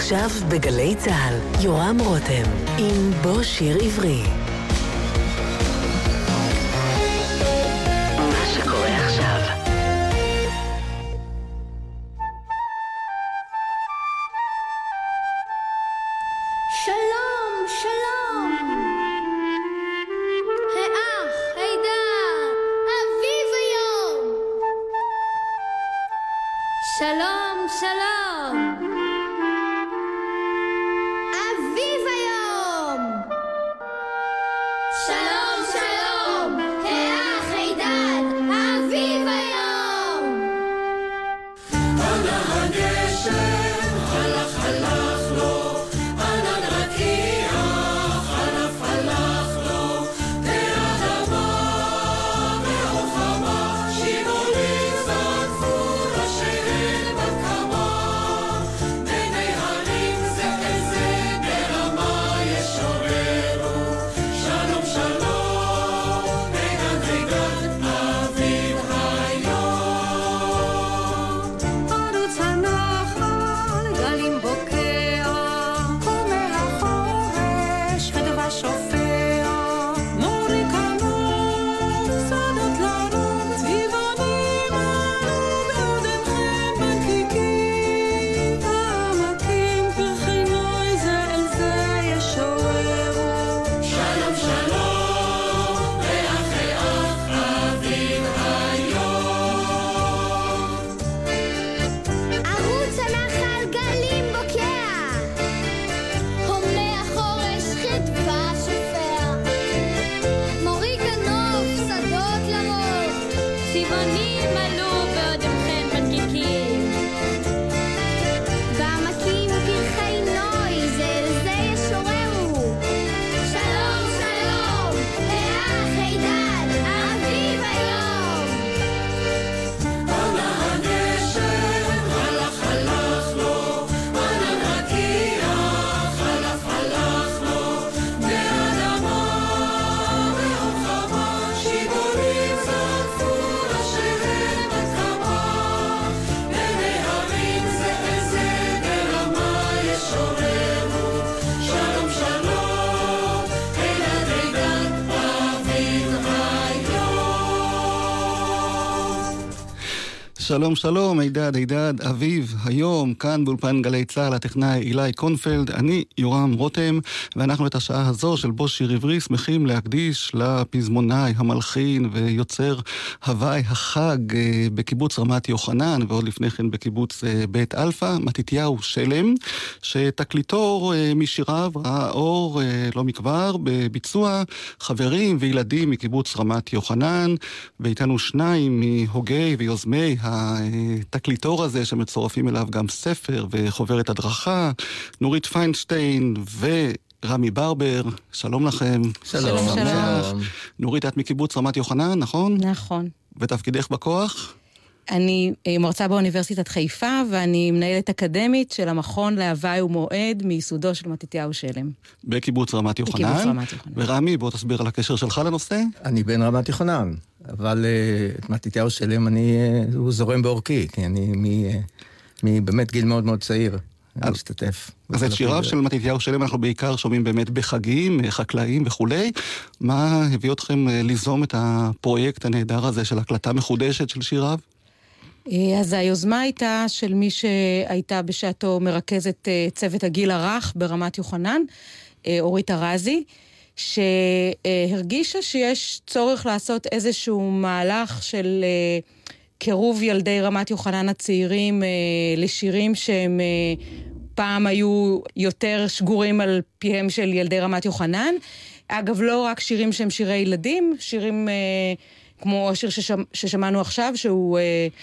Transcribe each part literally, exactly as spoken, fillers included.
עכשיו בגלי צהל, יורם רותם, עם בו שיר עברי. מה שקורה עכשיו. שלום, שלום. האח, הידר, אביב היום. שלום, שלום. אביב היום. שלום, שלום. האח, הידר, אביב היום. עלה הגשם, הלך הלך לו, ענן רקיע, חלף הלך לו, באדמה, באוחמה, שיבולים זקפו ראשיהם בקמה, בני הרים זה אל זה ברמה ישוררו, שלום שלום, מיגן מיגן אביב היום. ערוץ הנחל, גלים בוקע, קומי החורש, ודבש שופע, מורי כנוף, שדות לרוב, צבעונים עלו בעודכם בנקיקים, העמקים פרחי נוי זה אל זה ישוררו. שלום שלום, ואחי אח אביב היום. ערוץ הנחל גלים בוקע, הומי החורש חדווה שופע, מורי כנוף שדות לרוב, צבעונים עלו בעודכם בנקיקים, בעמקים פרחי נוי זה אל זה ישוררו. שלום שלום, האח הידד, אביב היום. עלה הגשם, הלך הלך לו, ענן רקיע, חלף הלך לו, באדמה, באוחמה, שיבולים זקפו ראשיהם בקמה, בני הרים זה אל זה ברמה ישוררו, שלום שלום, הידד הידד אביב היום. שלום שלום, הידד, הידד, אביב, היום, כאן באולפן גלי צהל, הטכנאי אילי קונפלד, אני יורם רותם, ואנחנו את השעה הזו של בו שיר עברי שמחים להקדיש לפזמונאי, המלחין ויוצר הוואי החג אה, בקיבוץ רמת יוחנן, ועוד לפני כן בקיבוץ אה, בית אלפא, מתתיהו שלם, שתקליטור אה, משיריו ראה אור אה, לא מכבר בביצוע חברים וילדים מקיבוץ רמת יוחנן, ואיתנו שניים מהוגי ויוזמי התקליטור הזה שמצורפים אליו גם ספר וחוברת הדרכה, נורית פיינשטיין ורמי ברבר. שלום לכם. שלום. שלום. נורית, את מקיבוץ רמת יוחנן, נכון? נכון. ותפקידך בכוח? אני מרצה באוניברסיטת חיפה, ואני מנהלת אקדמית של המכון להוואי ומועד מיסודו של מתתיהו שלם. בקיבוץ רמת יוחנן. בקיבוץ רמת יוחנן. ורמי, בוא תסביר על הקשר שלך לנושא. אני בן רמת יוחנן, אבל uh, את מתתיהו שלם אני, uh, הוא זורם באורכי, כי אני מבאמת גיל מאוד מאוד צעיר, אני משתתף. אז את שיריו של מתתיהו שלם אנחנו בעיקר שומעים באמת בחגים, חקלאים וכולי. מה הביא אתכם ליזום את הפרויקט הנהדר הזה של הקלטה מחודשת של שיריו? אז היוזמה הייתה של מי שהייתה בשעתו מרכזת צוות הגיל הרך ברמת יוחנן, אורית ארזי, שהרגישה שיש צורך לעשות איזשהו מהלך של קירוב ילדי רמת יוחנן הצעירים לשירים שהם פעם היו יותר שגורים על פיהם של ילדי רמת יוחנן. אגב, לא רק שירים שהם שירי ילדים, שירים כמו השיר ששמענו עכשיו, שהוא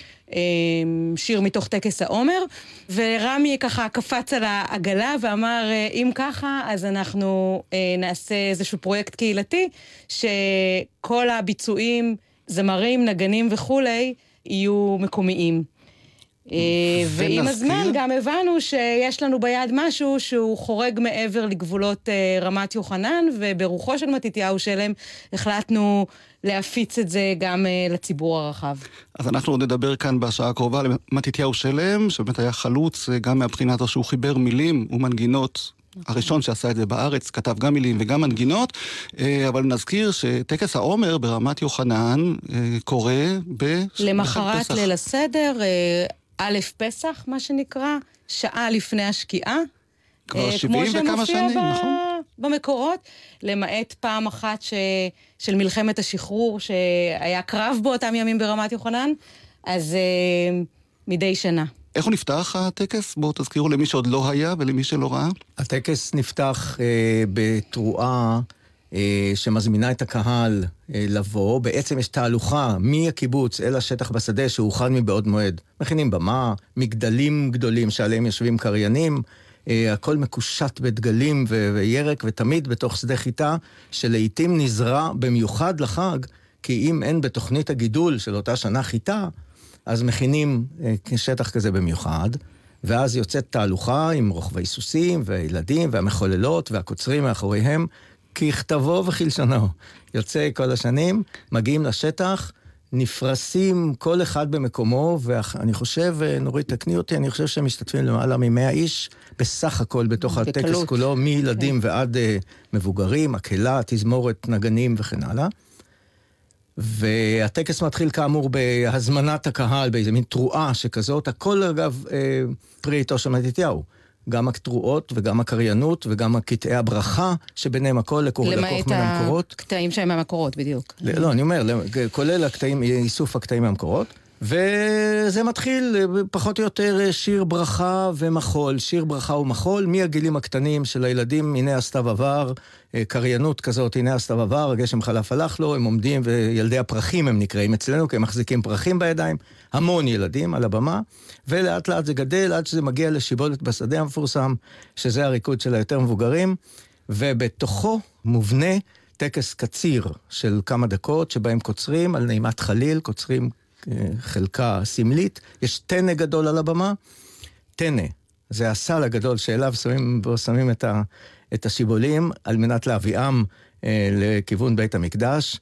שיר מתוך טקס העומר, ורמי ככה קפץ על העגלה ואמר, אם ככה, אז אנחנו נעשה איזשהו פרויקט קהילתי, שכל הביצועים, זמרים, נגנים וכולי, יהיו מקומיים. ועם הזמן גם הבנו שיש לנו ביד משהו שהוא חורג מעבר לגבולות רמת יוחנן, וברוחו של מתתיהו שלם החלטנו להפיץ את זה גם לציבור הרחב. אז אנחנו עוד נדבר כאן בשעה הקרובה למתתיהו שלם, שבאמת היה חלוץ גם מהבחינה הזו שהוא חיבר מילים ומנגינות. הראשון שעשה את זה בארץ, כתב גם מילים וגם מנגינות, אבל נזכיר שטקס העומר ברמת יוחנן קורה ב... למחרת ליל הסדר, א' פסח, מה שנקרא, שעה לפני השקיעה. כבר שבעים וכמה שנים, נכון? במקורות, למעט פעם אחת ש... של מלחמת השחרור, שהיה קרב באותם ימים ברמת יוחנן, אז מדי שנה. איך הוא נפתח הטקס? בואו תזכירו למי שעוד לא היה ולמי שלא ראה. הטקס נפתח אה, בתרועה אה, שמזמינה את הקהל אה, לבוא. בעצם יש תהלוכה מהקיבוץ אל השטח בשדה שהוכן מבעוד מועד. מכינים במה, מגדלים גדולים שעליהם יושבים קריינים, אה, הכל מקושט בדגלים ו- וירק, ותמיד בתוך שדה חיטה שלעיתים נזרע במיוחד לחג, כי אם אין בתוכנית הגידול של אותה שנה חיטה, אז מכינים שטח כזה במיוחד, ואז יוצאת תהלוכה עם רוכבי סוסים והילדים והמחוללות והקוצרים מאחוריהם, ככתבו וכלשונו. יוצא כל השנים, מגיעים לשטח, נפרסים כל אחד במקומו, ואני חושב, נורית תקני אותי, אני חושב שהם משתתפים למעלה ממאה איש, בסך הכל בתוך הטקס בקלות. כולו, מילדים כן. ועד uh, מבוגרים, הקהלה, תזמורת, נגנים וכן הלאה. והטקס מתחיל כאמור בהזמנת הקהל, באיזה מין תרועה שכזאת, הכל אגב אה, פרי עטו של מתתיהו. גם התרועות וגם הקריינות וגם הקטעי הברכה, שביניהם הכל לקור לקוח מן המקורות. למעט הקטעים שהם מהמקורות, בדיוק. לא, אני אומר, כולל הקטעים, איסוף הקטעים מהמקורות. וזה מתחיל פחות או יותר שיר ברכה ומחול, שיר ברכה ומחול, מהגילים הקטנים של הילדים, הנה הסתיו עבר, קריינות כזאת, הנה הסתיו עבר, הגשם חלף הלך לו, הם עומדים, וילדי הפרחים הם נקראים אצלנו, כי הם מחזיקים פרחים בידיים, המון ילדים על הבמה, ולאט לאט זה גדל, עד שזה מגיע לשיבולת בשדה המפורסם, שזה הריקוד של היותר מבוגרים, ובתוכו מובנה טקס קציר של כמה דקות, שבהם קוצרים על נעימת חליל, קוצרים חלקה סמלית, יש תנה גדול על הבמה, תנה, זה הסל הגדול שאליו שמים, בו שמים את, ה, את השיבולים, על מנת להביאם אה, לכיוון בית המקדש,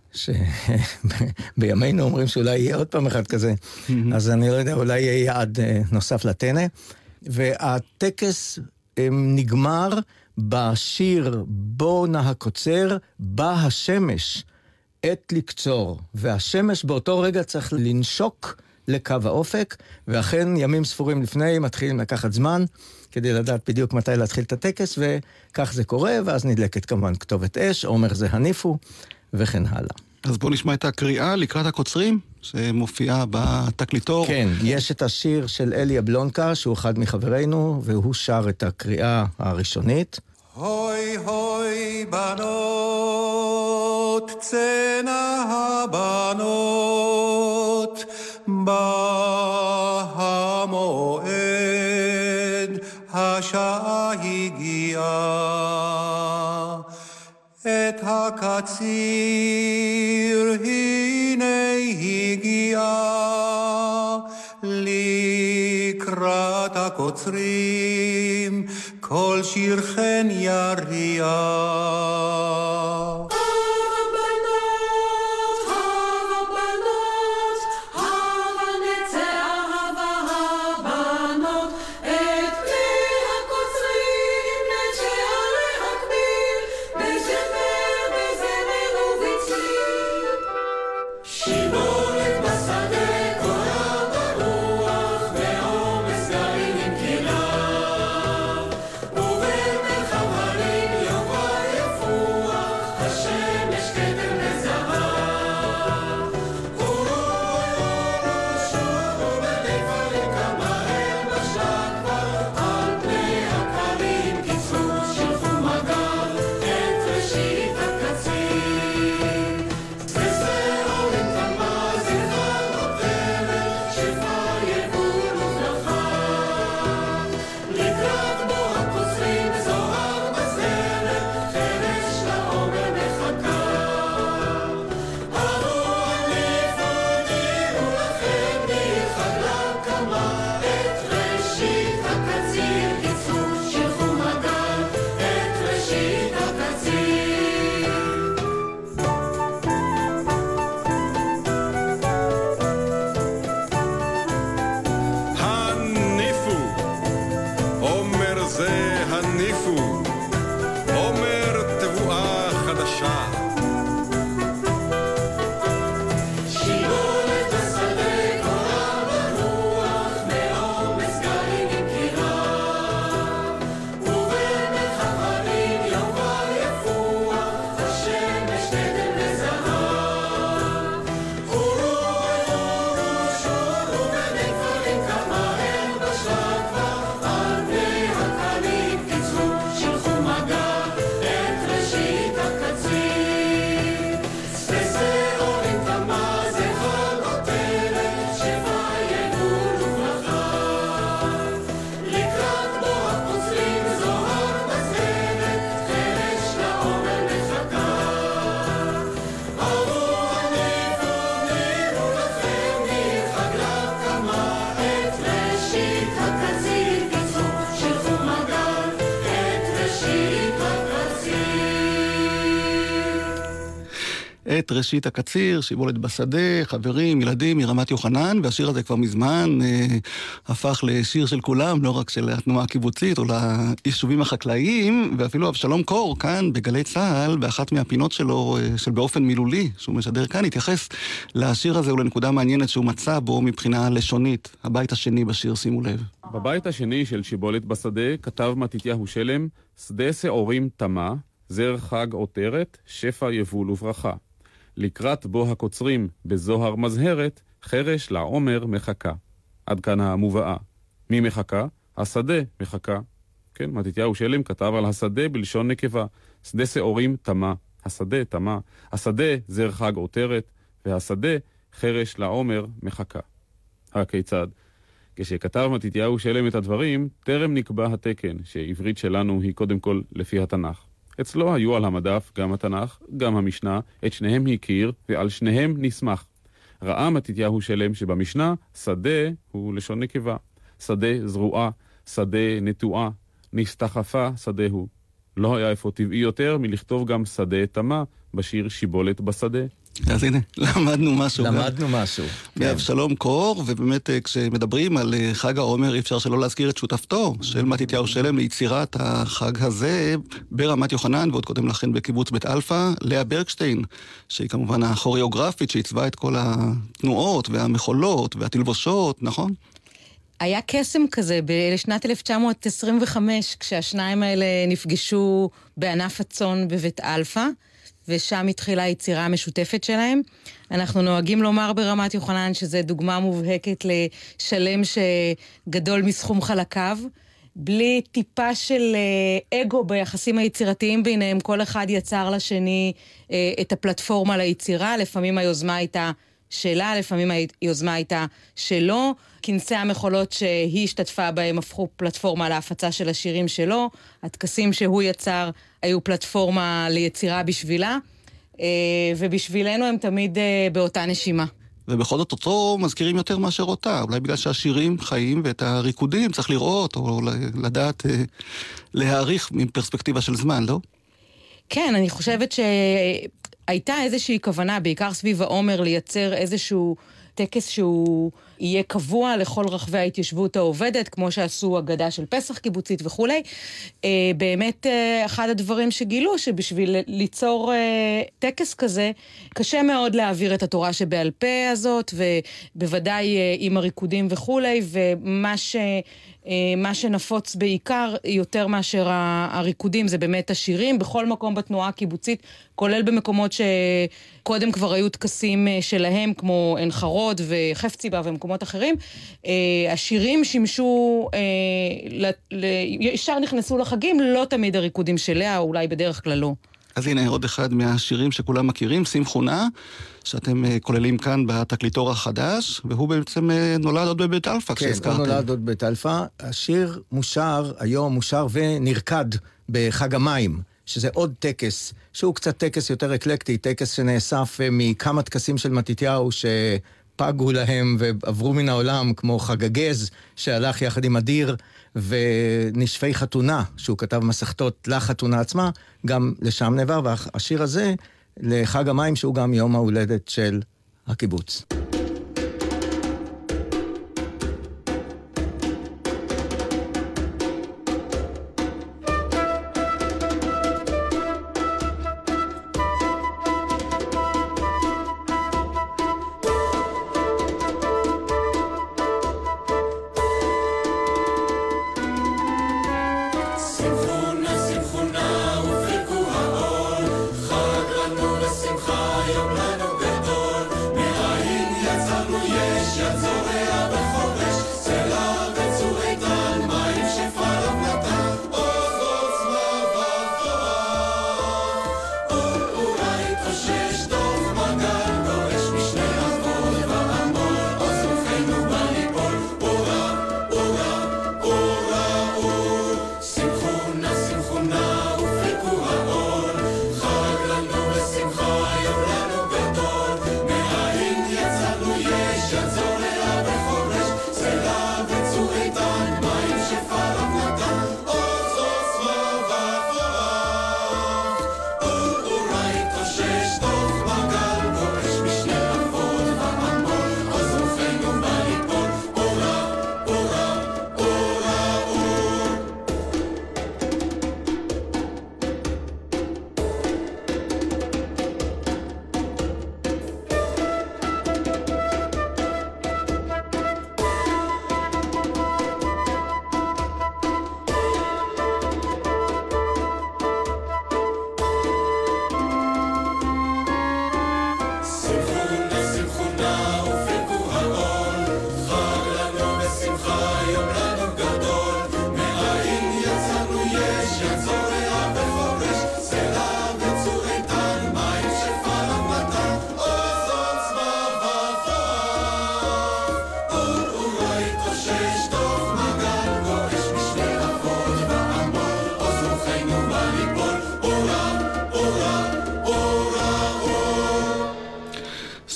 שבימינו אומרים שאולי יהיה עוד פעם אחד כזה, אז אני לא יודע, אולי יהיה יעד אה, נוסף לתנה, והטקס אה, נגמר בשיר בוא נא הקוצר, בא השמש, עת לקצור, והשמש באותו רגע צריך לנשוק לקו האופק, ואכן ימים ספורים לפני מתחילים לקחת זמן, כדי לדעת בדיוק מתי להתחיל את הטקס, וכך זה קורה, ואז נדלקת כמובן כתובת אש, עומר זה הניפו, וכן הלאה. אז בואו נשמע את הקריאה לקראת הקוצרים, שמופיעה בתקליטור. כן, יש את השיר של אלי אבלונקה, שהוא אחד מחברינו, והוא שר את הקריאה הראשונית. הוי הוי בנות, צאנה הבנות, בא המועד, השעה הגיעה, את הקציר הנה הגיעה, לקראת הקוצרים, כל שירכן יריע. השם הניפו, עומר תבואה חדשה. את ראשית הקציר, שיבולת בשדה, חברים, ילדים מרמת יוחנן, והשיר הזה כבר מזמן אה, הפך לשיר של כולם, לא רק של התנועה הקיבוצית או ליישובים החקלאיים, ואפילו אבשלום קור כאן בגלי צהל, באחת מהפינות שלו, אה, של באופן מילולי, שהוא משדר כאן, התייחס לשיר הזה ולנקודה מעניינת שהוא מצא בו מבחינה לשונית, הבית השני בשיר, שימו לב. בבית השני של שיבולת בשדה כתב מתתיהו שלם, שדה שעורים תמה, זר חג עותרת, שפע יבול וברכה. לקראת בו הקוצרים בזוהר מזהרת, חרש לעומר מחכה. עד כאן המובאה. מי מחכה? השדה מחכה. כן, מתתיהו שלם כתב על השדה בלשון נקבה. שדה שעורים תמה, השדה תמה. השדה זר חג עותרת, והשדה חרש לעומר מחכה. הכיצד? כשכתב מתתיהו שלם את הדברים, טרם נקבע התקן, שעברית שלנו היא קודם כל לפי התנ"ך. אצלו היו על המדף גם התנ"ך, גם המשנה, את שניהם הכיר ועל שניהם נסמך. ראה מתתיהו שלם שבמשנה שדה הוא לשון נקבה. שדה זרועה, שדה נטועה, נסתחפה שדה הוא. לא היה איפה טבעי יותר מלכתוב גם שדה תמה בשיר שיבולת בשדה. אז הנה, למדנו משהו. למדנו משהו. מאבשלום קור, ובאמת כשמדברים על חג העומר, אי אפשר שלא להזכיר את שותפתו של מתתיהו שלם ליצירת החג הזה ברמת יוחנן, ועוד קודם לכן בקיבוץ בית אלפא, לאה ברקשטיין, שהיא כמובן הכוריאוגרפית שעיצבה את כל התנועות והמחולות והתלבושות, נכון? היה קסם כזה בשנת אלף תשע מאות עשרים וחמש, כשהשניים האלה נפגשו בענף הצאן בבית אלפא, ושם התחילה היצירה המשותפת שלהם. אנחנו נוהגים לומר ברמת יוחנן שזה דוגמה מובהקת לשלם שגדול מסכום חלקיו, בלי טיפה של אגו ביחסים היצירתיים ביניהם, כל אחד יצר לשני את הפלטפורמה ליצירה, לפעמים היוזמה הייתה שלה, לפעמים היוזמה הייתה שלו, כנסי המחולות שהיא השתתפה בהם הפכו פלטפורמה להפצה של השירים שלו, הטקסים שהוא יצר היו פלטפורמה ליצירה בשבילה, ובשבילנו הם תמיד באותה נשימה. ובכל זאת אותו מזכירים יותר מאשר אותה, אולי בגלל שהשירים חיים ואת הריקודים צריך לראות או לדעת להעריך מפרספקטיבה של זמן, לא? כן, אני חושבת שהייתה איזושהי כוונה, בעיקר סביב העומר, לייצר איזשהו טקס שהוא יהיה קבוע לכל רחבי ההתיישבות העובדת, כמו שעשו אגדה של פסח קיבוצית וכו'. באמת, אחד הדברים שגילו, שבשביל ליצור טקס כזה, קשה מאוד להעביר את התורה שבעל פה הזאת, ובוודאי עם הריקודים וכו', ומה ש... מה שנפוץ בעיקר יותר מאשר הריקודים זה באמת השירים בכל מקום בתנועה הקיבוצית, כולל במקומות שקודם כבר היו טקסים שלהם כמו עין חרוד וחפציבה ומקומות אחרים. השירים שימשו, ישר נכנסו לחגים, לא תמיד הריקודים שלה, אולי בדרך כלל לא. אז הנה עוד אחד מהשירים שכולם מכירים, שמחונה, שאתם כוללים כאן בתקליטור החדש, והוא בעצם נולד עוד בבית אלפא, כן, הוא נולד עוד בבית אלפא. השיר מושר, היום מושר ונרקד בחג המים, שזה עוד טקס, שהוא קצת טקס יותר אקלקטי, טקס שנאסף מכמה טקסים של מתתיהו שפגו להם ועברו מן העולם, כמו חג הגז, שהלך יחד עם אדיר, ונשפי חתונה, שהוא כתב מסכתות לחתונה עצמה, גם לשם נעבר, והשיר הזה לחג המים, שהוא גם יום ההולדת של הקיבוץ. Thank you.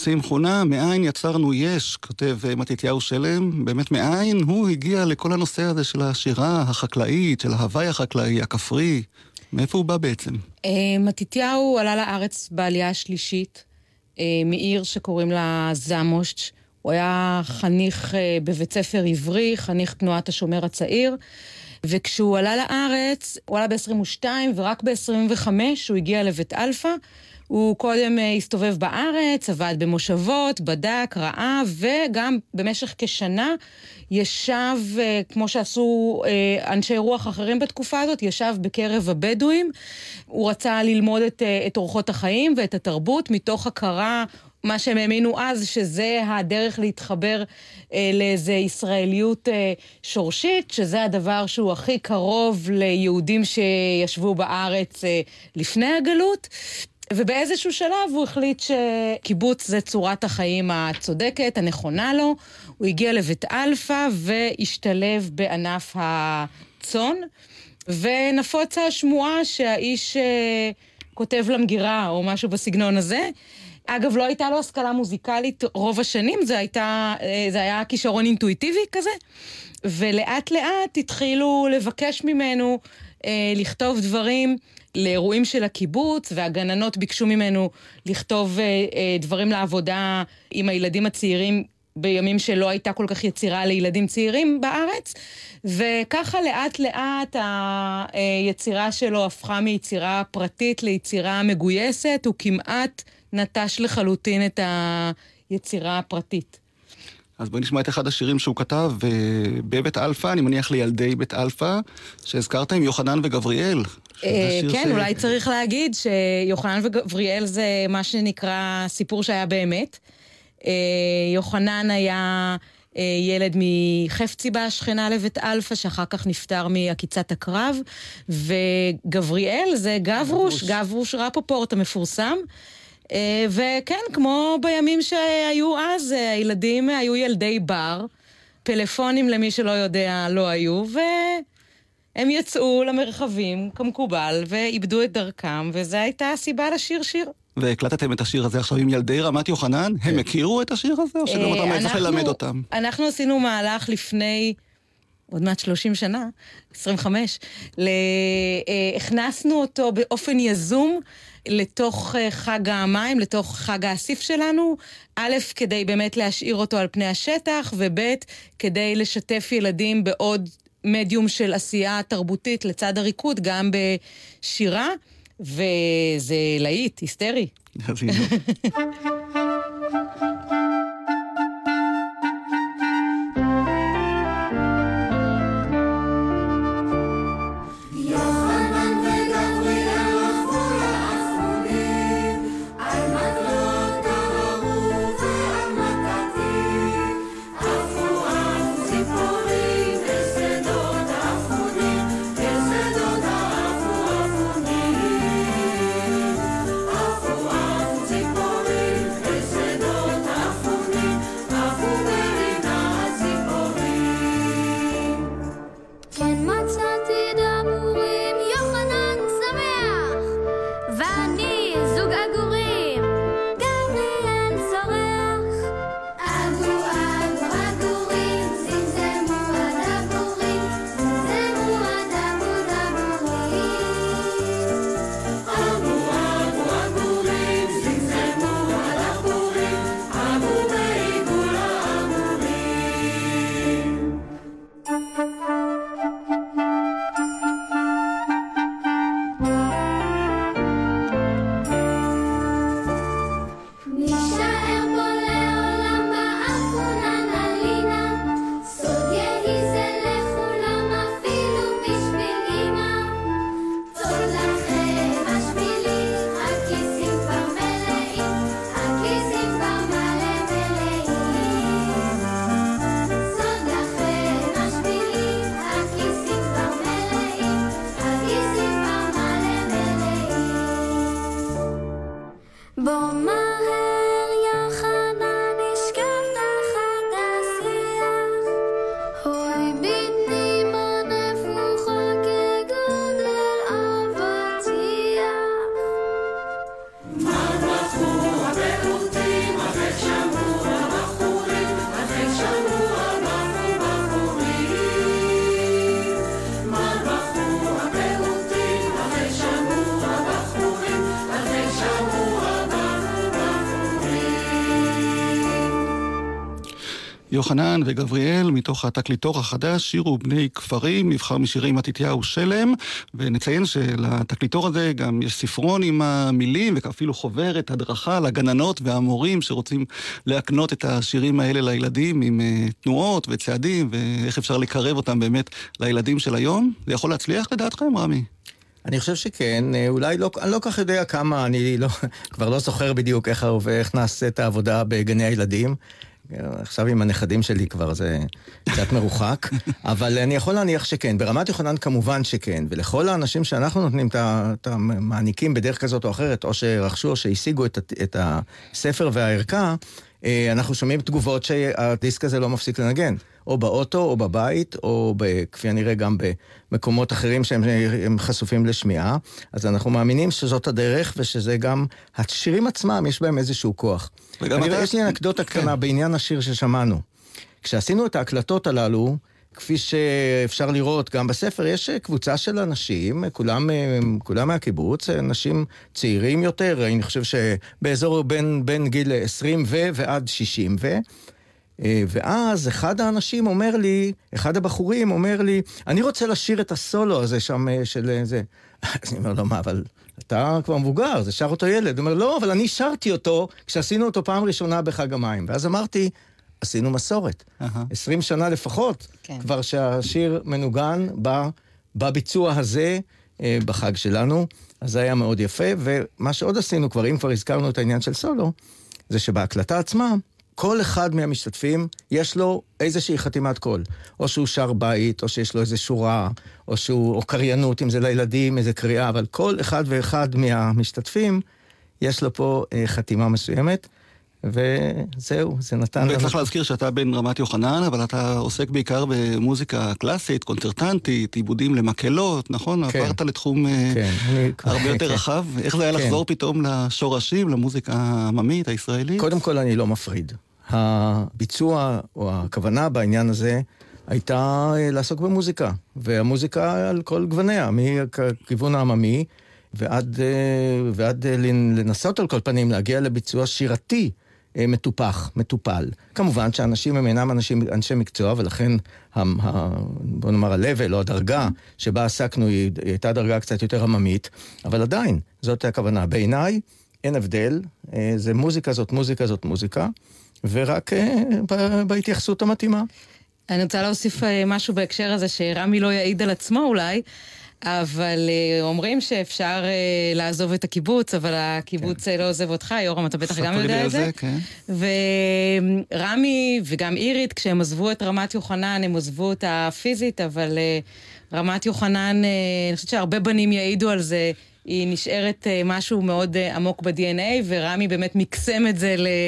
ניסים חונה, מאין יצרנו יש, כותב מתתיהו שלם, באמת מאין הוא הגיע לכל הנושא הזה של השירה החקלאית, של ההוואי החקלאי, הכפרי, מאיפה הוא בא בעצם? מתתיהו עלה לארץ בעלייה השלישית, מעיר שקוראים לה זמושץ', הוא היה חניך בבית ספר עברי, חניך תנועת השומר הצעיר, וכשהוא עלה לארץ, הוא עלה ב-עשרים ושתיים, ורק ב-עשרים וחמש הוא הגיע לבית אלפא. הוא קודם הסתובב בארץ, עבד במושבות, בדק, ראה, וגם במשך כשנה ישב, כמו שעשו אנשי רוח אחרים בתקופה הזאת, ישב בקרב הבדואים. הוא רצה ללמוד את, את אורחות החיים ואת התרבות, מתוך הכרה, מה שהם האמינו אז, שזה הדרך להתחבר אה, לאיזו ישראליות אה, שורשית, שזה הדבר שהוא הכי קרוב ליהודים שישבו בארץ אה, לפני הגלות. ובאיזשהו שלב הוא החליט שקיבוץ זה צורת החיים הצודקת, הנכונה לו. הוא הגיע לבית אלפא והשתלב בענף הצאן, ונפוצה השמועה שהאיש אה, כותב למגירה או משהו בסגנון הזה. אגב, לא הייתה לו השכלה מוזיקלית רוב השנים, זה, הייתה, זה היה כישרון אינטואיטיבי כזה, ולאט לאט התחילו לבקש ממנו אה, לכתוב דברים לאירועים של הקיבוץ, והגננות ביקשו ממנו לכתוב אה, אה, דברים לעבודה עם הילדים הצעירים, בימים שלא הייתה כל כך יצירה לילדים צעירים בארץ, וככה לאט לאט היצירה שלו הפכה מיצירה פרטית ליצירה מגויסת, הוא כמעט נטש לחלוטין את היצירה הפרטית. אז בואי נשמע את אחד השירים שהוא כתב בבית אלפא, אני מניח לילדי בית אלפא, שהזכרת עם יוחנן וגבריאל. כן, אולי צריך להגיד שיוחנן וגבריאל זה מה שנקרא סיפור שהיה באמת. יוחנן היה ילד מחפציבה השכנה לבית אלפא, שאחר כך נפטר מעקיצת הקרב, וגבריאל זה גברוש, גברוש רפופורט המפורסם. וכן, כמו בימים שהיו אז, הילדים היו ילדי בר, פלאפונים למי שלא יודע לא היו, והם יצאו למרחבים כמקובל ואיבדו את דרכם, וזו הייתה הסיבה לשיר שיר. והקלטתם את השיר הזה עכשיו עם ילדי רמת יוחנן? הם הכירו את השיר הזה, או שגם אתה צריך ללמד אותם? אנחנו עשינו מהלך לפני עוד מעט שלושים שנה, עשרים וחמש, הכנסנו אותו באופן יזום לתוך חג המים, לתוך חג האסיף שלנו, א', כדי באמת להשאיר אותו על פני השטח, וב', כדי לשתף ילדים בעוד מדיום של עשייה תרבותית לצד הריקוד, גם בשירה, וזה להיט, היסטרי. אז הנה. ציפורים יוחנן וגבריאל מתוך התקליטור החדש, שירו בני כפרים, מבחר משירי מתתיהו שלם, ונציין שלתקליטור הזה גם יש ספרון עם המילים, ואפילו חוברת הדרכה לגננות והמורים שרוצים להקנות את השירים האלה לילדים עם תנועות וצעדים, ואיך אפשר לקרב אותם באמת לילדים של היום. זה יכול להצליח לדעתכם, רמי? אני חושב שכן, אולי לא, אני לא כך יודע כמה, אני לא, כבר לא זוכר בדיוק איך, איך נעשה את העבודה בגני הילדים. עכשיו עם הנכדים שלי כבר זה קצת מרוחק, אבל אני יכול להניח שכן. ברמת יוחנן כמובן שכן, ולכל האנשים שאנחנו נותנים את המעניקים בדרך כזאת או אחרת, או שרכשו או שהשיגו את, את הספר והערכה, אנחנו שומעים תגובות שהדיסק הזה לא מפסיק לנגן. או באוטו, או בבית, או כפי הנראה גם במקומות אחרים שהם חשופים לשמיעה. אז אנחנו מאמינים שזאת הדרך, ושזה גם השירים עצמם, יש בהם איזשהו כוח. אני רואה, יש לי אנקדוטה קטנה בעניין השיר ששמענו. כשעשינו את ההקלטות הללו, כפי שאפשר לראות גם בספר, יש קבוצה של אנשים, כולם, כולם מהקיבוץ, אנשים צעירים יותר, אני חושב שבאזור בין, בין גיל עשרים ו ועד שישים ו... ואז אחד האנשים אומר לי, אחד הבחורים אומר לי, אני רוצה לשיר את הסולו הזה שם של זה. אז אני אומר לו, מה, אבל אתה כבר מבוגר, זה שר אותו ילד. הוא אומר, לא, אבל אני שרתי אותו כשעשינו אותו פעם ראשונה בחג המים. ואז אמרתי, עשינו מסורת. עשרים שנה לפחות, כן. כבר שהשיר מנוגן בביצוע הזה בחג שלנו. אז זה היה מאוד יפה, ומה שעוד עשינו כבר, אם כבר הזכרנו את העניין של סולו, זה שבהקלטה עצמה, כל אחד מהמשתתפים יש לו איזושהי חתימת קול. או שהוא שר בית, או שיש לו איזו שורה, או שהוא, או קריינות, אם זה לילדים, איזו קריאה, אבל כל אחד ואחד מהמשתתפים יש לו פה אה, חתימה מסוימת, וזהו, זה נתן... וצריך להזכיר שאתה בן רמת יוחנן, אבל אתה עוסק בעיקר במוזיקה קלאסית, קונצרטנטית, עיבודים למקהלות, נכון? כן. עברת לתחום כן, אני... הרבה יותר כן. רחב. איך זה היה כן. לחזור פתאום לשורשים, למוזיקה העממית הישראלית? קודם כל אני לא מפריד. הביצוע או הכוונה בעניין הזה הייתה לעסוק במוזיקה, והמוזיקה על כל גווניה, מכיוון העממי ועד, ועד לנסות על כל פנים להגיע לביצוע שירתי מטופח, מטופל. כמובן שהאנשים הם אינם אנשים, אנשי מקצוע, ולכן ה, ה, בוא נאמר הלבל או הדרגה שבה עסקנו היא הייתה דרגה קצת יותר עממית, אבל עדיין זאת הכוונה. בעיניי אין הבדל, זה מוזיקה זאת מוזיקה זאת מוזיקה, ורק בהתייחסות המתאימה. אני רוצה להוסיף משהו בהקשר הזה שרמי לא יעיד על עצמו אולי, אבל אומרים שאפשר לעזוב את הקיבוץ, אבל הקיבוץ כן. לא עוזב אותך, יורם, אתה בטח גם יודע את זה. כן. ורמי וגם אירית, כשהם עזבו את רמת יוחנן, הם עזבו אותה פיזית, אבל רמת יוחנן, אני חושבת שהרבה בנים יעידו על זה, היא נשארת משהו מאוד עמוק ב-די אן איי, ורמי באמת מקסם את זה ל...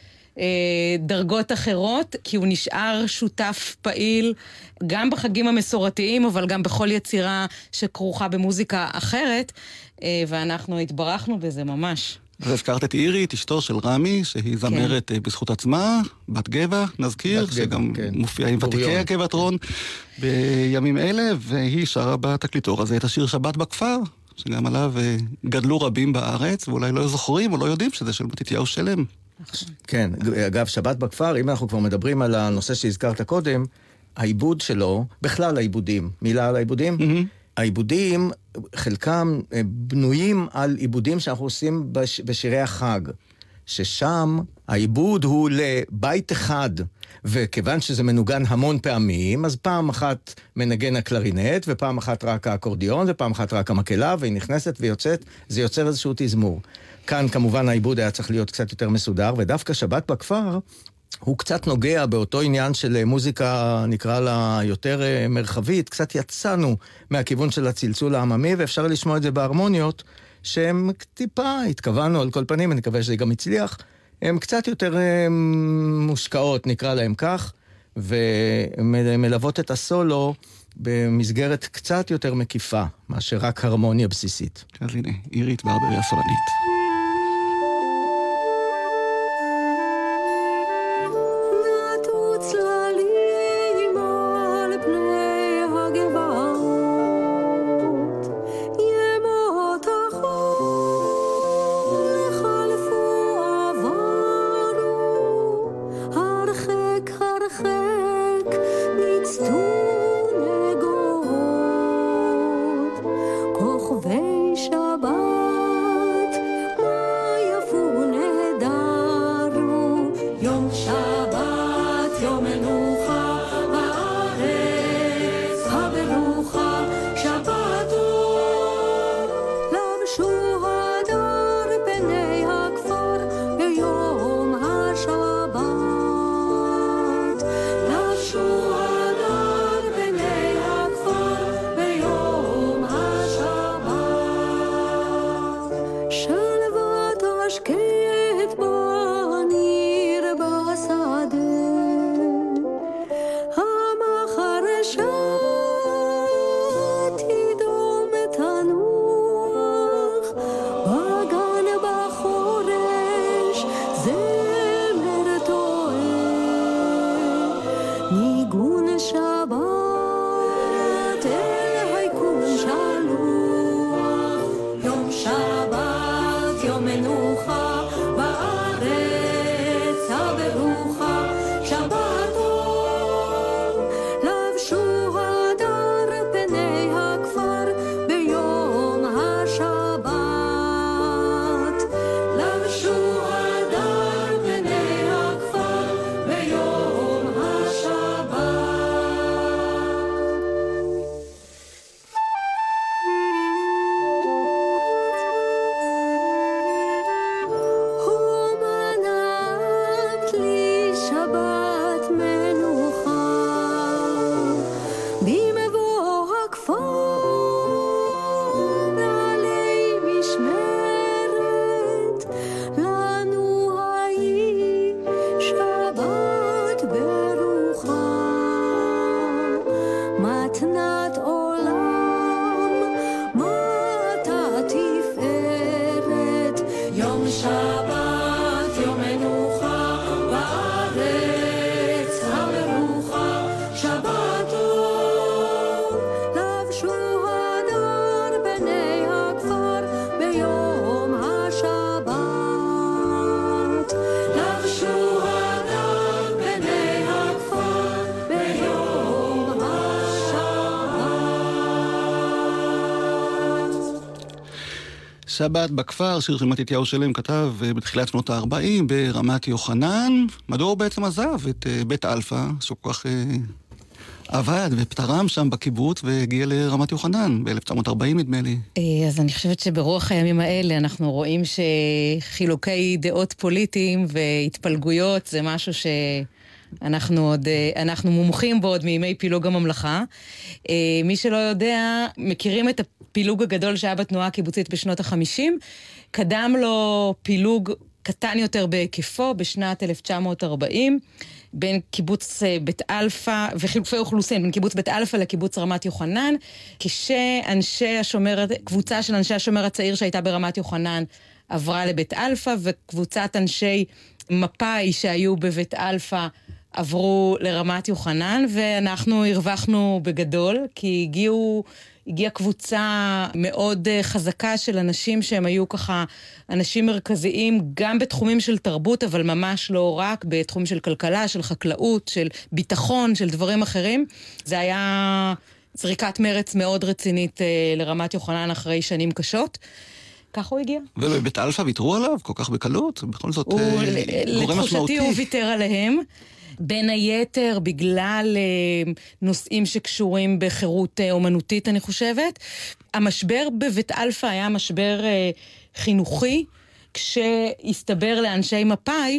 דרגות אחרות, כי הוא נשאר שותף פעיל גם בחגים המסורתיים, אבל גם בכל יצירה שכרוכה במוזיקה אחרת, ואנחנו התברכנו בזה ממש. והזכרת את אירית, אשתו של רמי, שהיא זמרת כן. בזכות עצמה, בת גבע, נזכיר, בת שגם כן. מופיעה עם ותיקי הגבעת רון בימים אלה, והיא שרה בתקליטור הזה את השיר שבת בכפר, שגם עליו גדלו רבים בארץ, ואולי לא זוכרים או לא יודעים שזה של מתתיהו שלם. כן, אגב, שבת בכפר, אם אנחנו כבר מדברים על הנושא שהזכרת קודם, העיבוד שלו, בכלל העיבודים, מילה על העיבודים, mm-hmm. העיבודים, חלקם בנויים על עיבודים שאנחנו עושים בש, בשירי החג, ששם העיבוד הוא לבית אחד, וכיוון שזה מנוגן המון פעמים, אז פעם אחת מנגן הקלרינט, ופעם אחת רק האקורדיון, ופעם אחת רק המקהלה, והיא נכנסת ויוצאת, זה יוצר איזשהו תזמור. כאן כמובן העיבוד היה צריך להיות קצת יותר מסודר, ודווקא שבת בכפר הוא קצת נוגע באותו עניין של מוזיקה, נקרא לה יותר מרחבית, קצת יצאנו מהכיוון של הצלצול העממי, ואפשר לשמוע את זה בהרמוניות, שהן טיפה, התכוונו על כל פנים, אני מקווה שזה גם הצליח, הן קצת יותר מושקעות, נקרא להן כך, ומלוות את הסולו במסגרת קצת יותר מקיפה, מאשר רק הרמוניה בסיסית. אז הנה, אירית ברברי הסולנית. הרחק כוכבי שבת, מה יפו נהדרו, יום שבת, יום מנוחה, בארץ הברוכה, שבתו, לבשו הדר פני הכפר, ביום השבת, לבשו הדר פני הכפר, ביום השבת, שלוות השקט בניר בשדה, המחרשה תדום תנוח, בגן בחורש זמר טועה, ניגון שבת אל היקום שלוח, יום שבת יום מנוחה, בארץ הברוכה, שבתו, לבשו הדר פני הכפר, ביום השבת, לבשו הדר פני הכפר, ביום השבת. הומנת לי שבת מנוחה, במבוא הכפר, עלי משמרת, לנו היי שבת ברוכה, מתנת עולם, מתה תפארת, יום שבת, יום מנוחה, בארץ הברוכה, שבתו, לבשו הדר פני הכפר, ביום השבת, לבשו הדר פני הכפר, ביום השבת. שבת בכפר, שיר של מתתיהו שלם כתב אה, בתחילת שנות ה-ארבעים ברמת יוחנן. מדוע הוא בעצם עזב את אה, בית אלפא, שהוא כל כך אה, עבד ופתרם שם בקיבוץ והגיע לרמת יוחנן ב-אלף תשע מאות ארבעים נדמה לי. אה, אז אני חושבת שברוח הימים האלה אנחנו רואים שחילוקי דעות פוליטיים והתפלגויות זה משהו שאנחנו עוד, אה, אנחנו מומחים בו עוד מימי פילוג הממלכה. אה, מי שלא יודע, מכירים את הפילוג הגדול שהיה בתנועה הקיבוצית בשנות החמישים, קדם לו פילוג קטן יותר בהיקפו בשנת אלף תשע מאות ארבעים, בין קיבוץ אה, בית אלפא וחילופי אוכלוסין, בין קיבוץ בית אלפא לקיבוץ רמת יוחנן, כשאנשי השומר, קבוצה של אנשי השומר הצעיר שהייתה ברמת יוחנן עברה לבית אלפא, וקבוצת אנשי מפאי שהיו בבית אלפא עברו לרמת יוחנן, ואנחנו הרווחנו בגדול, כי הגיעו, הגיעה קבוצה מאוד חזקה של אנשים שהם היו ככה אנשים מרכזיים, גם בתחומים של תרבות, אבל ממש לא רק, בתחומים של כלכלה, של חקלאות, של ביטחון, של דברים אחרים. זה היה זריקת מרץ מאוד רצינית לרמת יוחנן אחרי שנים קשות. כך הוא הגיע. ובבית אלפא ויתרו עליו כל כך בקלות? בכל זאת הוא, גורם משמעותי. לתחושתי הוא ויתר עליהם. בין היתר בגלל נושאים שקשורים בחירות אומנותית, אני חושבת. המשבר בבית אלפא היה משבר חינוכי, כשהסתבר לאנשי מפאי